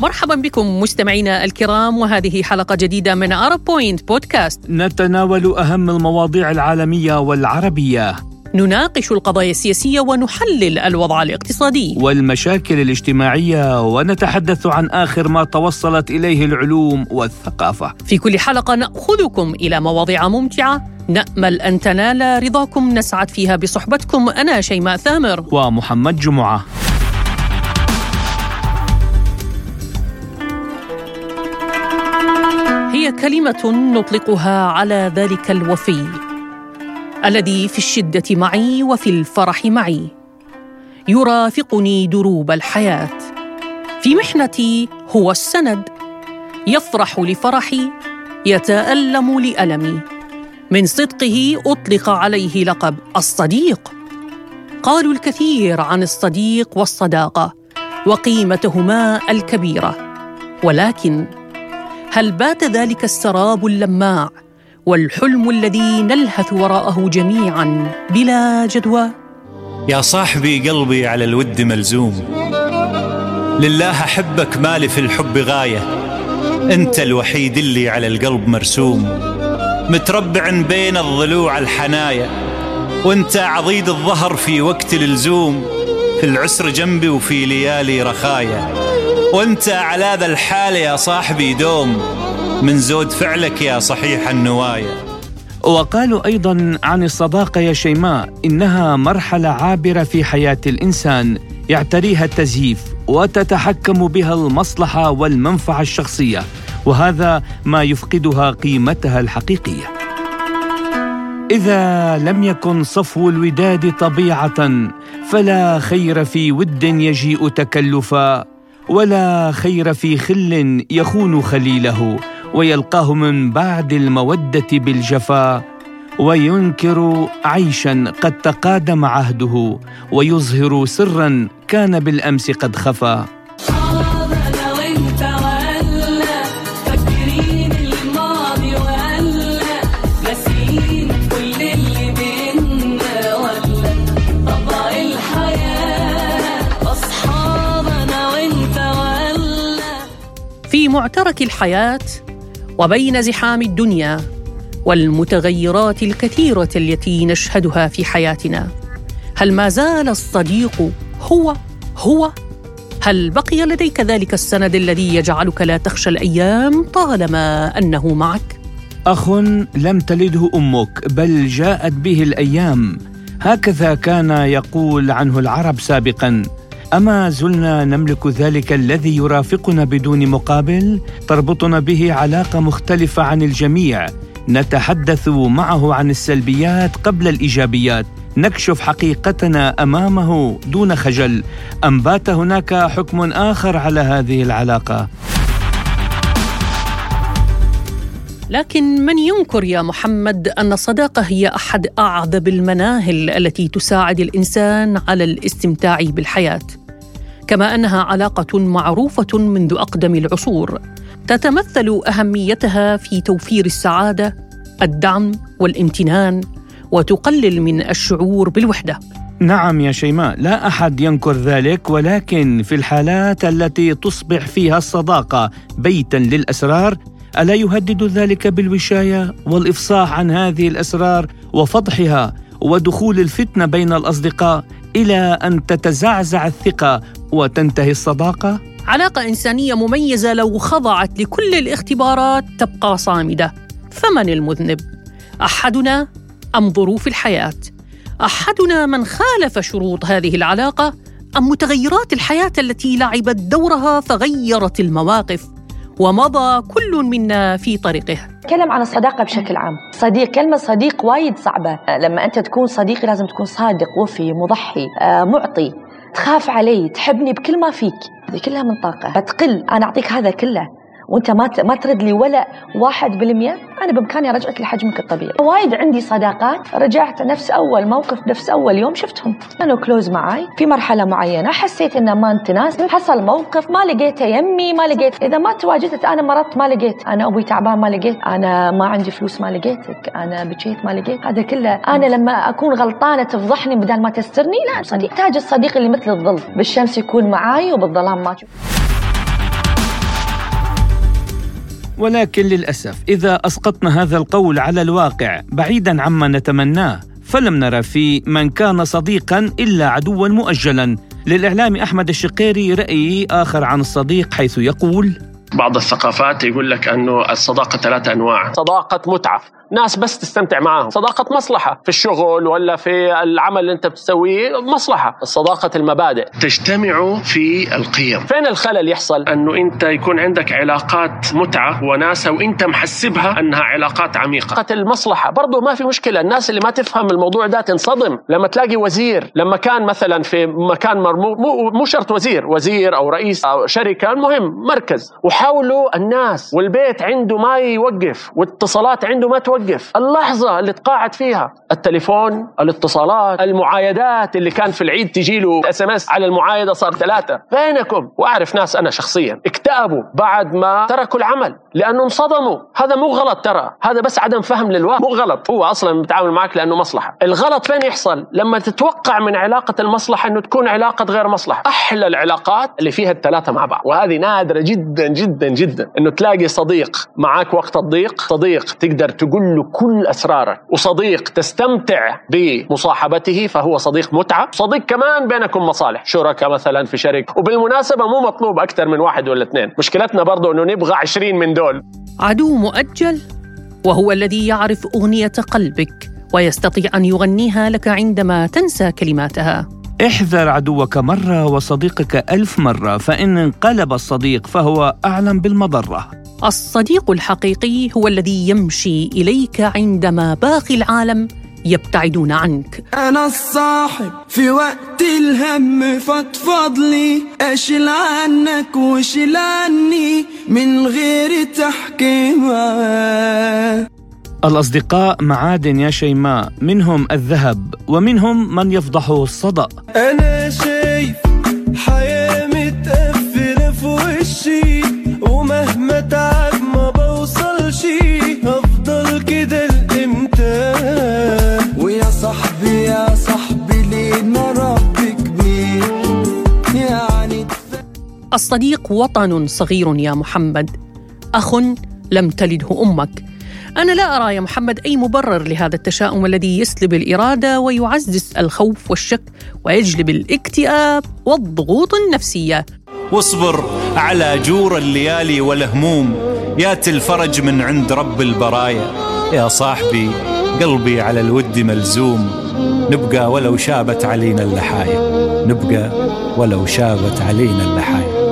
مرحبا بكم مستمعينا الكرام، وهذه حلقة جديدة من عرب بوينت بودكاست. نتناول أهم المواضيع العالمية والعربية، نناقش القضايا السياسية ونحلل الوضع الاقتصادي والمشاكل الاجتماعية، ونتحدث عن آخر ما توصلت إليه العلوم والثقافة. في كل حلقة نأخذكم إلى مواضيع ممتعة نأمل أن تنال رضاكم، نسعد فيها بصحبتكم. أنا شيماء ثامر ومحمد جمعة. هي كلمة نطلقها على ذلك الوفي الذي في الشدة معي وفي الفرح معي، يرافقني دروب الحياة. في محنتي هو السند، يفرح لفرحي، يتألم لألمي. من صدقه أطلق عليه لقب الصديق. قالوا الكثير عن الصديق والصداقة وقيمتهما الكبيرة، ولكن هل بات ذلك السراب اللماع والحلم الذي نلهث وراءه جميعاً بلا جدوى؟ يا صاحبي قلبي على الود ملزوم، لله أحبك مالي في الحب غاية، أنت الوحيد اللي على القلب مرسوم، متربع بين الضلوع الحنايا، وأنت عضيد الظهر في وقت اللزوم، في العسر جنبي وفي ليالي رخايا، وأنت على ذا الحال يا صاحبي دوم، من زود فعلك يا صحيح النوايا. وقالوا أيضاً عن الصداقة يا شيماء إنها مرحلة عابرة في حياة الإنسان، يعتريها التزييف وتتحكم بها المصلحة والمنفعة الشخصية، وهذا ما يفقدها قيمتها الحقيقية. إذا لم يكن صفو الوداد طبيعة، فلا خير في ود يجيء تكلفا، ولا خير في خل يخون خليله، ويلقاه من بعد المودة بالجفا، وينكر عيشا قد تقادم عهده، ويظهر سرا كان بالأمس قد خفا. في معترك الحياة وبين زحام الدنيا والمتغيرات الكثيرة التي نشهدها في حياتنا، هل ما زال الصديق هو؟ هل بقي لديك ذلك السند الذي يجعلك لا تخشى الأيام طالما أنه معك؟ أخ لم تلده أمك بل جاءت به الأيام، هكذا كان يقول عنه العرب سابقاً. أما زلنا نملك ذلك الذي يرافقنا بدون مقابل، تربطنا به علاقة مختلفة عن الجميع، نتحدث معه عن السلبيات قبل الإيجابيات، نكشف حقيقتنا أمامه دون خجل، أم بات هناك حكم آخر على هذه العلاقة؟ لكن من ينكر يا محمد أن الصداقة هي أحد أعذب المناهل التي تساعد الإنسان على الاستمتاع بالحياة، كما أنها علاقة معروفة منذ أقدم العصور، تتمثل أهميتها في توفير السعادة، الدعم والامتنان، وتقلل من الشعور بالوحدة. نعم يا شيماء، لا أحد ينكر ذلك، ولكن في الحالات التي تصبح فيها الصداقة بيتاً للأسرار، ألا يهدد ذلك بالوشاية والإفصاح عن هذه الأسرار وفضحها، ودخول الفتنة بين الأصدقاء إلى أن تتزعزع الثقة وتنتهي الصداقة؟ علاقة إنسانية مميزة لو خضعت لكل الاختبارات تبقى صامدة. فمن المذنب؟ أحدنا أم ظروف الحياة؟ أحدنا من خالف شروط هذه العلاقة، أم متغيرات الحياة التي لعبت دورها فغيرت المواقف ومضى كل منا في طريقه؟ تكلم عن الصداقة بشكل عام. كلمة صديق وايد صعبة. لما أنت تكون صديقي لازم تكون صادق، وفي، مضحي، معطي، تخاف علي، تحبني بكل ما فيك. هذه كلها من طاقة. بتقل أنا أعطيك هذا كله وأنت ما ترد لي ولا 1%، أنا بإمكاني أرجعك لحجمك الطبيعي. وايد عندي صداقات رجعت نفس أول موقف، نفس أول يوم شفتهم، كانوا كلوز معاي في مرحلة معينة، حسيت إنه ما نتناسب، حصل موقف ما لقيته يمي، ما لقيت، إذا ما تواجدت أنا مرضت ما لقيت، أنا أبوي تعبان ما لقيت، أنا ما عندي فلوس ما لقيتك، أنا بكيت ما لقيت. هذا كله أنا لما أكون غلطانة تفضحني بدل ما تسترني. لا، صديق تاج الصديق اللي مثل الظل، بالشمس يكون معاي وبالظلام ما أشوف. ولكن للأسف إذا أسقطنا هذا القول على الواقع بعيدا عما نتمناه، فلم نرى في من كان صديقا إلا عدوا مؤجلا. للإعلام أحمد الشقيري رأي آخر عن الصديق، حيث يقول: بعض الثقافات يقول لك أنه الصداقة 3 أنواع. صداقة متعة، ناس بس تستمتع معهم. صداقة مصلحة في الشغل ولا في العمل اللي انت بتسويه، مصلحة. صداقة المبادئ، تجتمعوا في القيم. فين الخلل يحصل؟ أنه انت يكون عندك علاقات متعة وناسة وانت محسبها أنها علاقات عميقة. المصلحة برضو ما في مشكلة. الناس اللي ما تفهم الموضوع ده تنصدم لما تلاقي وزير، لما كان مثلا في مكان مو شرط وزير أو رئيس أو شركة، المهم مركز، وحاولوا الناس والبيت عنده ما يوقف واتصالات عنده ما توقف. اللحظة اللي تقاعد فيها التليفون، الاتصالات، المعايدات اللي كان في العيد تجيله SMS على المعايدة صار 3 بينكم. وأعرف ناس أنا شخصيا اكتئبوا بعد ما تركوا العمل لأنه انصدموا. هذا مو غلط، ترى هذا بس عدم فهم للواقع، مو غلط. هو أصلا بيتعامل معك لأنه مصلحة. الغلط فين يحصل؟ لما تتوقع من علاقة المصلحة أنه تكون علاقة غير مصلحة. أحلى العلاقات اللي فيها ال3 مع بعض، وهذه نادرة جدا جدا جدا، أنه تلاقي صديق معك وقت الضيق، صديق تقدر تقول له كل أسرارك، وصديق تستمتع بمصاحبته فهو صديق متعة، صديق كمان بينكم مصالح، شركة مثلا في شركة. وبالمناسبة مو مطلوب أكثر من 1 ولا 2، مشكلتنا برضو أنه نبغى 20 من دول. عدو مؤجل، وهو الذي يعرف أغنية قلبك ويستطيع أن يغنيها لك عندما تنسى كلماتها. احذر عدوك مرة وصديقك 1000 مرة، فإن انقلب الصديق فهو أعلم بالمضرة. الصديق الحقيقي هو الذي يمشي إليك عندما باقي العالم يبتعدون عنك. أنا الصاحب في وقت الهم، فضفض لي، أشيل عنك وشيل عني من غير تحكيم. الأصدقاء معادن يا شيماء، منهم الذهب ومنهم من يفضحه الصدأ. أنا شايف حياة متقفلة في وشي، ومهما تعب ما بوصلش، هفضل كده لإمتى؟ ويا صاحبي يا صاحبي لينا رب كبير يعني. الصديق وطن صغير يا محمد، أخ لم تلده أمك. أنا لا أرى يا محمد أي مبرر لهذا التشاؤم الذي يسلب الإرادة ويعزز الخوف والشك ويجلب الاكتئاب والضغوط النفسية. واصبر على جور الليالي والهموم، ياتي الفرج من عند رب البرايا. يا صاحبي قلبي على الود ملزوم، نبقى ولو شابت علينا اللحايا، نبقى ولو شابت علينا اللحايا.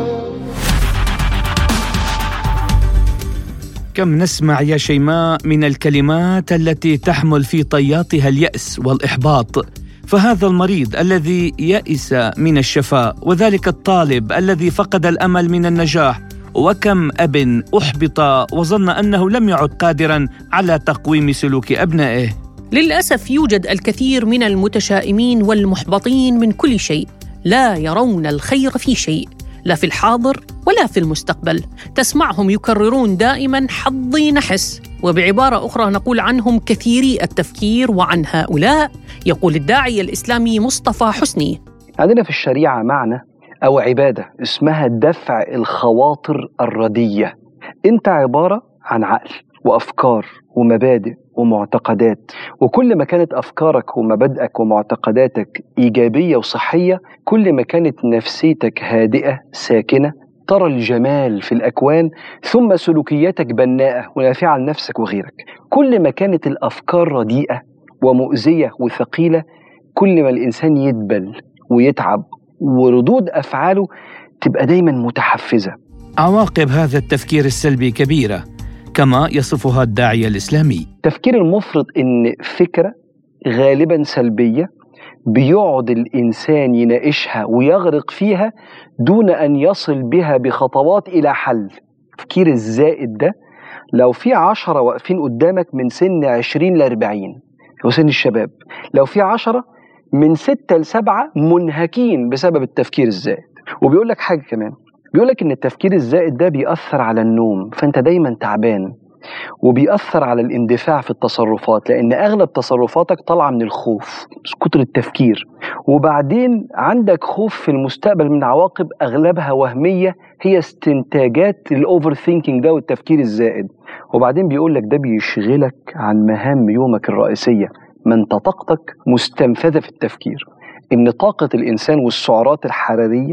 كم نسمع يا شيماء من الكلمات التي تحمل في طياتها اليأس والإحباط، فهذا المريض الذي يئس من الشفاء، وذلك الطالب الذي فقد الأمل من النجاح، وكم أب أحبط وظن أنه لم يعد قادرا على تقويم سلوك أبنائه. للأسف يوجد الكثير من المتشائمين والمحبطين من كل شيء، لا يرون الخير في شيء، لا في الحاضر ولا في المستقبل. تسمعهم يكررون دائما حظي نحس، وبعبارة أخرى نقول عنهم كثيري التفكير. وعن هؤلاء يقول الداعية الإسلامي مصطفى حسني: عندنا في الشريعة معنى أو عبادة اسمها دفع الخواطر الردية. أنت عبارة عن عقل وأفكار ومبادئ ومعتقدات، وكل ما كانت أفكارك ومبادئك ومعتقداتك إيجابية وصحية، كل ما كانت نفسيتك هادئة ساكنة، ترى الجمال في الأكوان، ثم سلوكياتك بناءة ونافعة لنفسك وغيرك. كل ما كانت الأفكار رديئة ومؤذية وثقيلة، كل ما الإنسان يدبل ويتعب وردود أفعاله تبقى دايما متحفزة. عواقب هذا التفكير السلبي كبيرة كما يصفها الداعية الإسلامي. التفكير المفرط إن فكرة غالبا سلبية بيقعد الإنسان يناقشها ويغرق فيها دون أن يصل بها بخطوات إلى حل. التفكير الزائد ده لو في 10 واقفين قدامك من سن 20 ل40 هو سن الشباب، لو في 10 من 6 ل7 منهكين بسبب التفكير الزائد. وبيقول لك حاجة كمان، بيقول لك إن التفكير الزائد ده بيأثر على النوم، فأنت دايما تعبان وبيأثر على الاندفاع في التصرفات، لأن أغلب تصرفاتك طالعة من الخوف، كتر التفكير. وبعدين عندك خوف في المستقبل من عواقب أغلبها وهمية، هي استنتاجات الأوفر ثينكينج ده والتفكير الزائد. وبعدين بيقول لك ده بيشغلك عن مهام يومك الرئيسية. ما انت طاقتك مستنفذة في التفكير. إن طاقة الإنسان والسعرات الحرارية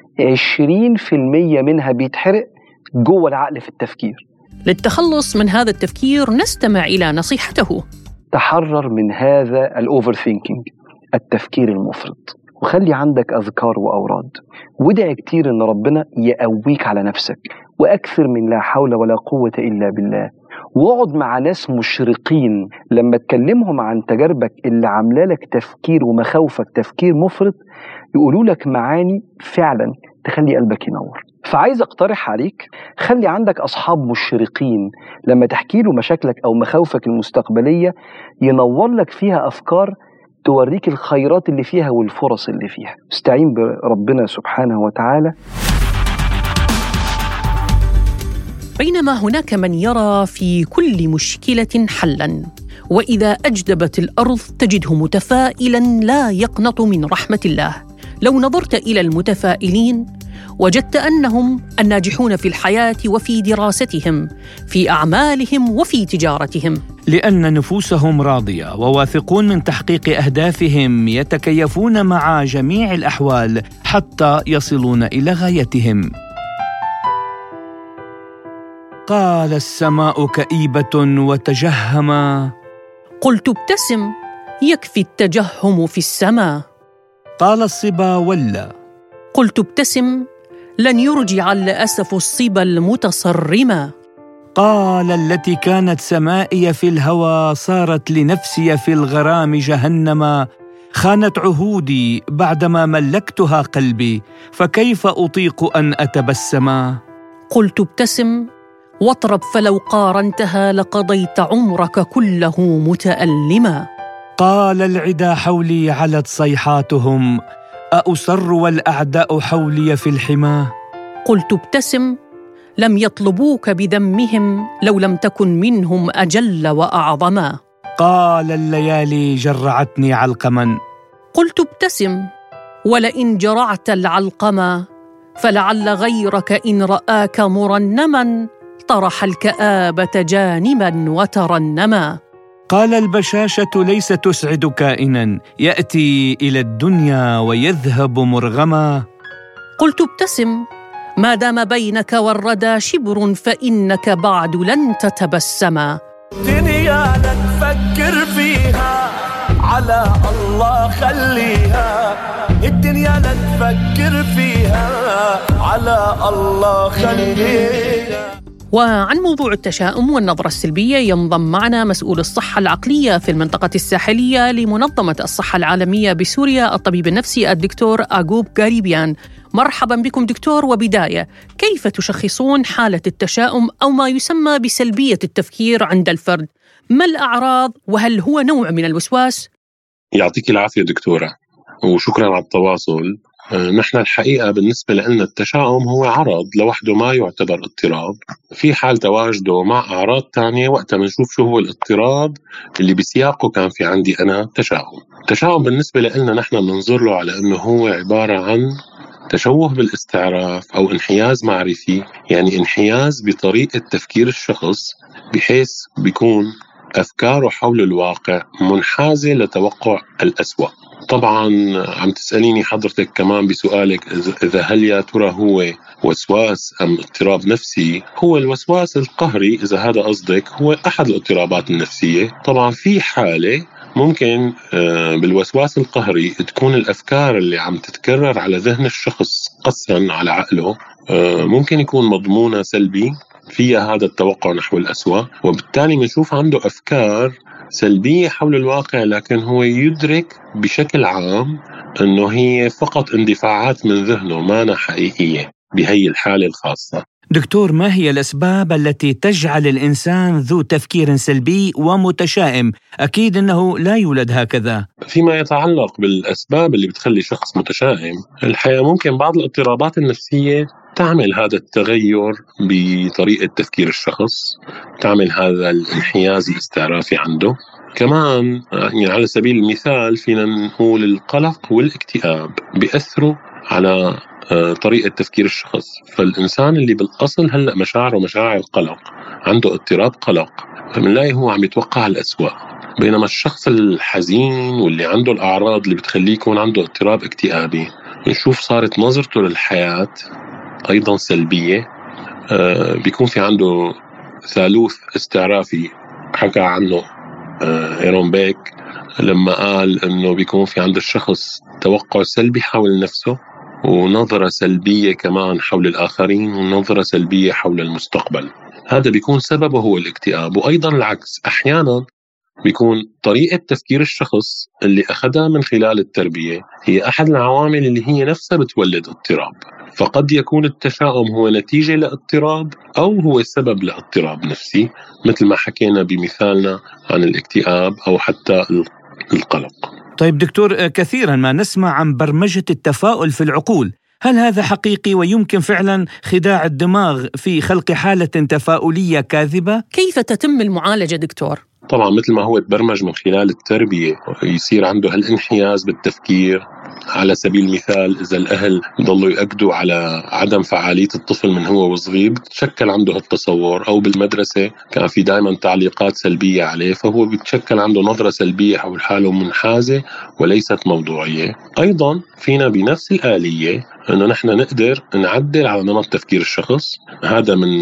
20% منها بيتحرق جوه العقل في التفكير. للتخلص من هذا التفكير نستمع إلى نصيحته. تحرر من هذا الأوفر ثينكينج، التفكير المفرط، وخلي عندك أذكار وأوراد، وادعي كتير إن ربنا يقويك على نفسك، وأكثر من لا حول ولا قوة إلا بالله. واقعد مع ناس مشرقين لما تكلمهم عن تجاربك اللي عامله لك تفكير ومخاوفك تفكير مفرط، يقولوا لك معاني فعلا تخلي قلبك ينور. فعايز اقترح عليك خلي عندك أصحاب مشرقين، لما تحكي له مشاكلك أو مخاوفك المستقبلية ينور لك فيها أفكار توريك الخيرات اللي فيها والفرص اللي فيها. استعين بربنا سبحانه وتعالى. بينما هناك من يرى في كل مشكلة حلاً، وإذا أجدبت الأرض تجده متفائلاً لا يقنط من رحمة الله. لو نظرت إلى المتفائلين وجدت أنهم الناجحون في الحياة وفي دراستهم، في أعمالهم وفي تجارتهم، لأن نفوسهم راضية وواثقون من تحقيق أهدافهم، يتكيفون مع جميع الأحوال حتى يصلون إلى غايتهم. قال السماء كئيبة وتجهما، قلت ابتسم يكفي التجهم في السماء. قال الصبا ولا، قلت ابتسم لن يرجع الأسف الصبا المتصرما. قال التي كانت سمائي في الهوى صارت لنفسي في الغرام جهنما. خانت عهودي بعدما ملكتها قلبي، فكيف أطيق أن أتبسما. قلت ابتسم واطرب فلو قارنتها لقضيت عمرك كله متألما. قال العدا حولي علت صيحاتهم، أأسر والأعداء حولي في الحما. قلت ابتسم لم يطلبوك بذمهم لو لم تكن منهم أجل وأعظما. قال الليالي جرعتني علقما. قلت ابتسم ولئن جرعت العلقما فلعل غيرك إن رآك مرنما طرح الكآبة جانبا وترنما. قال البشاشة ليس تسعد كائنا يأتي إلى الدنيا ويذهب مرغما. قلت ابتسم ما دام بينك والردى شبر فإنك بعد لن تتبسما. دنيا لا تفكر فيها على الله خليها، الدنيا لا تفكر فيها على الله خليها. وعن موضوع التشاؤم والنظرة السلبية ينضم معنا مسؤول الصحة العقلية في المنطقة الساحلية لمنظمة الصحة العالمية بسوريا، الطبيب النفسي الدكتور أعقوب غاريبيان. مرحبا بكم دكتور. وبداية، كيف تشخصون حالة التشاؤم أو ما يسمى بسلبية التفكير عند الفرد؟ ما الأعراض وهل هو نوع من الوسواس؟ يعطيك العافية دكتورة وشكرا على التواصل. نحن الحقيقة بالنسبة لنا التشاؤم هو عرض لوحده ما يعتبر اضطراب، في حال تواجده مع أعراض تانية وقتها بنشوف شو هو الاضطراب اللي بسياقه كان في عندي أنا تشاؤم. التشاؤم بالنسبة لنا نحن بننظر له على أنه هو عبارة عن تشوه بالاستعراف أو انحياز معرفي، يعني انحياز بطريقة تفكير الشخص بحيث بيكون أفكاره حول الواقع منحازة لتوقع الأسوأ. طبعا عم تسأليني حضرتك كمان بسؤالك إذا هل يا ترى هو وسواس أم اضطراب نفسي. هو الوسواس القهري إذا هذا قصدك هو أحد الاضطرابات النفسية. طبعا في حالة ممكن بالوسواس القهري تكون الأفكار اللي عم تتكرر على ذهن الشخص قصا على عقله ممكن يكون مضمونة سلبي فيها هذا التوقع نحو الأسوأ، وبالتالي بنشوف عنده أفكار سلبية حول الواقع، لكن هو يدرك بشكل عام أنه هي فقط اندفاعات من ذهنه ما حقيقية بهي الحالة الخاصة. دكتور، ما هي الأسباب التي تجعل الإنسان ذو تفكير سلبي ومتشائم؟ أكيد أنه لا يولد هكذا. فيما يتعلق بالأسباب اللي بتخلي شخص متشائم، الحقيقة ممكن بعض الاضطرابات النفسية تعمل هذا التغير بطريقة تفكير الشخص، تعمل هذا الانحياز الاستعرافي عنده. كمان يعني على سبيل المثال فينا نقول القلق والاكتئاب بيأثروا على طريقة تفكير الشخص. فالإنسان اللي بالأصل هلأ مشاعر قلق، عنده اضطراب قلق، فمنلاقي هو عم يتوقع الأسوأ. بينما الشخص الحزين واللي عنده الأعراض اللي بتخليه يكون عنده اضطراب اكتئابي، نشوف صارت نظرته للحياة أيضا سلبية. بيكون في عنده ثالوث استعرافي حكى عنه إيرون بيك لما قال إنه بيكون في عند الشخص توقع سلبي حول نفسه، ونظرة سلبية كمان حول الآخرين، ونظرة سلبية حول المستقبل. هذا بيكون سببه هو الاكتئاب. وأيضا العكس، أحيانا بيكون طريقة تفكير الشخص اللي أخذها من خلال التربية هي أحد العوامل اللي هي نفسها بتولد اضطراب. فقد يكون التشاؤم هو نتيجة لاضطراب أو هو سبب لاضطراب نفسي، مثل ما حكينا بمثالنا عن الاكتئاب أو حتى القلق. طيب دكتور، كثيرا ما نسمع عن برمجة التفاؤل في العقول، هل هذا حقيقي ويمكن فعلا خداع الدماغ في خلق حالة تفاؤلية كاذبة؟ كيف تتم المعالجة دكتور؟ طبعا مثل ما هو تبرمج من خلال التربية يصير عنده هالانحياز بالتفكير. على سبيل المثال إذا الأهل ضلوا يأكدوا على عدم فعالية الطفل من هو وصغير، بتشكل عنده هالتصور. أو بالمدرسة كان في دائما تعليقات سلبية عليه، فهو بتشكل عنده نظرة سلبية حول حاله منحازة وليست موضوعية. أيضا فينا بنفس الآلية أنه نحن نقدر نعدل على نمط تفكير الشخص. هذا من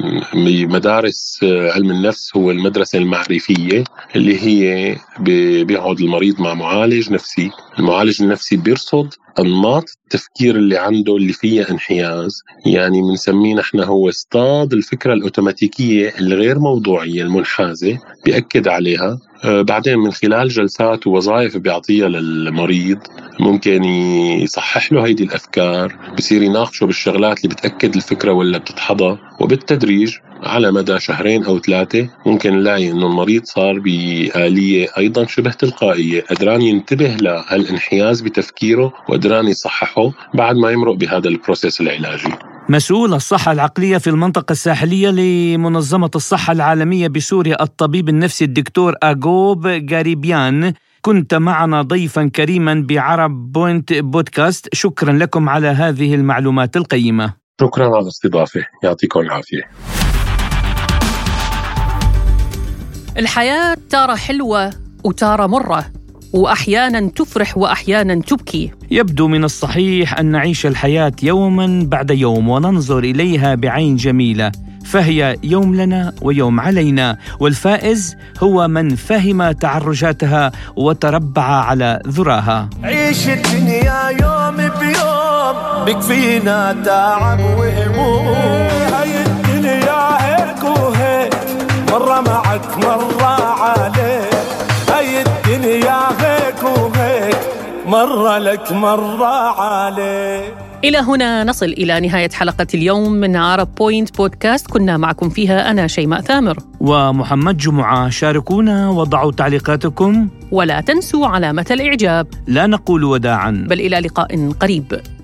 مدارس علم النفس، هو المدرسة المعرفية اللي هي بيقعد المريض مع معالج نفسي. المعالج النفسي بيرصد أنماط التفكير اللي عنده اللي فيها انحياز، يعني بنسميه نحن هو اصطاد الفكرة الأوتوماتيكية الغير موضوعية المنحازة، بيأكد عليها. بعدين من خلال جلسات ووظائف بيعطيها للمريض ممكن يصحح له هيدي الأفكار، بصير يناقشه بالشغلات اللي بتأكد الفكرة ولا بتدحضها. وبالتدريج على مدى 2 أو 3 ممكن نلاقي إنه المريض صار بآلية أيضا شبه تلقائية، قدران ينتبه لهالانحياز بتفكيره وقدران يصححه بعد ما يمرق بهذا البروسيس العلاجي. مسؤول الصحة العقلية في المنطقة الساحلية لمنظمة الصحة العالمية بسوريا الطبيب النفسي الدكتور أغوب غاريبيان، كنت معنا ضيفا كريما بعرب بوينت بودكاست. شكرا لكم على هذه المعلومات القيمة. شكرا على الاستضافة، يعطيكم العافية. الحياة تارة حلوة وتارة مرة، وأحيانا تفرح وأحيانا تبكي. يبدو من الصحيح أن نعيش الحياة يوما بعد يوم وننظر إليها بعين جميلة، فهي يوم لنا ويوم علينا، والفائز هو من فهم تعرجاتها وتربع على ذراها. عيش الدنيا يوم بيوم، بكفينا تعب وهموم. هاي الدنيا هيك وهيك، مرة معك مرة عليك. هاي الدنيا هيك وهيك، مرة لك مرة عليك. إلى هنا نصل إلى نهاية حلقة اليوم من عرب بوينت بودكاست. كنا معكم فيها أنا شيماء ثامر ومحمد جمعة. شاركونا وضعوا تعليقاتكم، ولا تنسوا علامة الإعجاب. لا نقول وداعا، بل إلى لقاء قريب.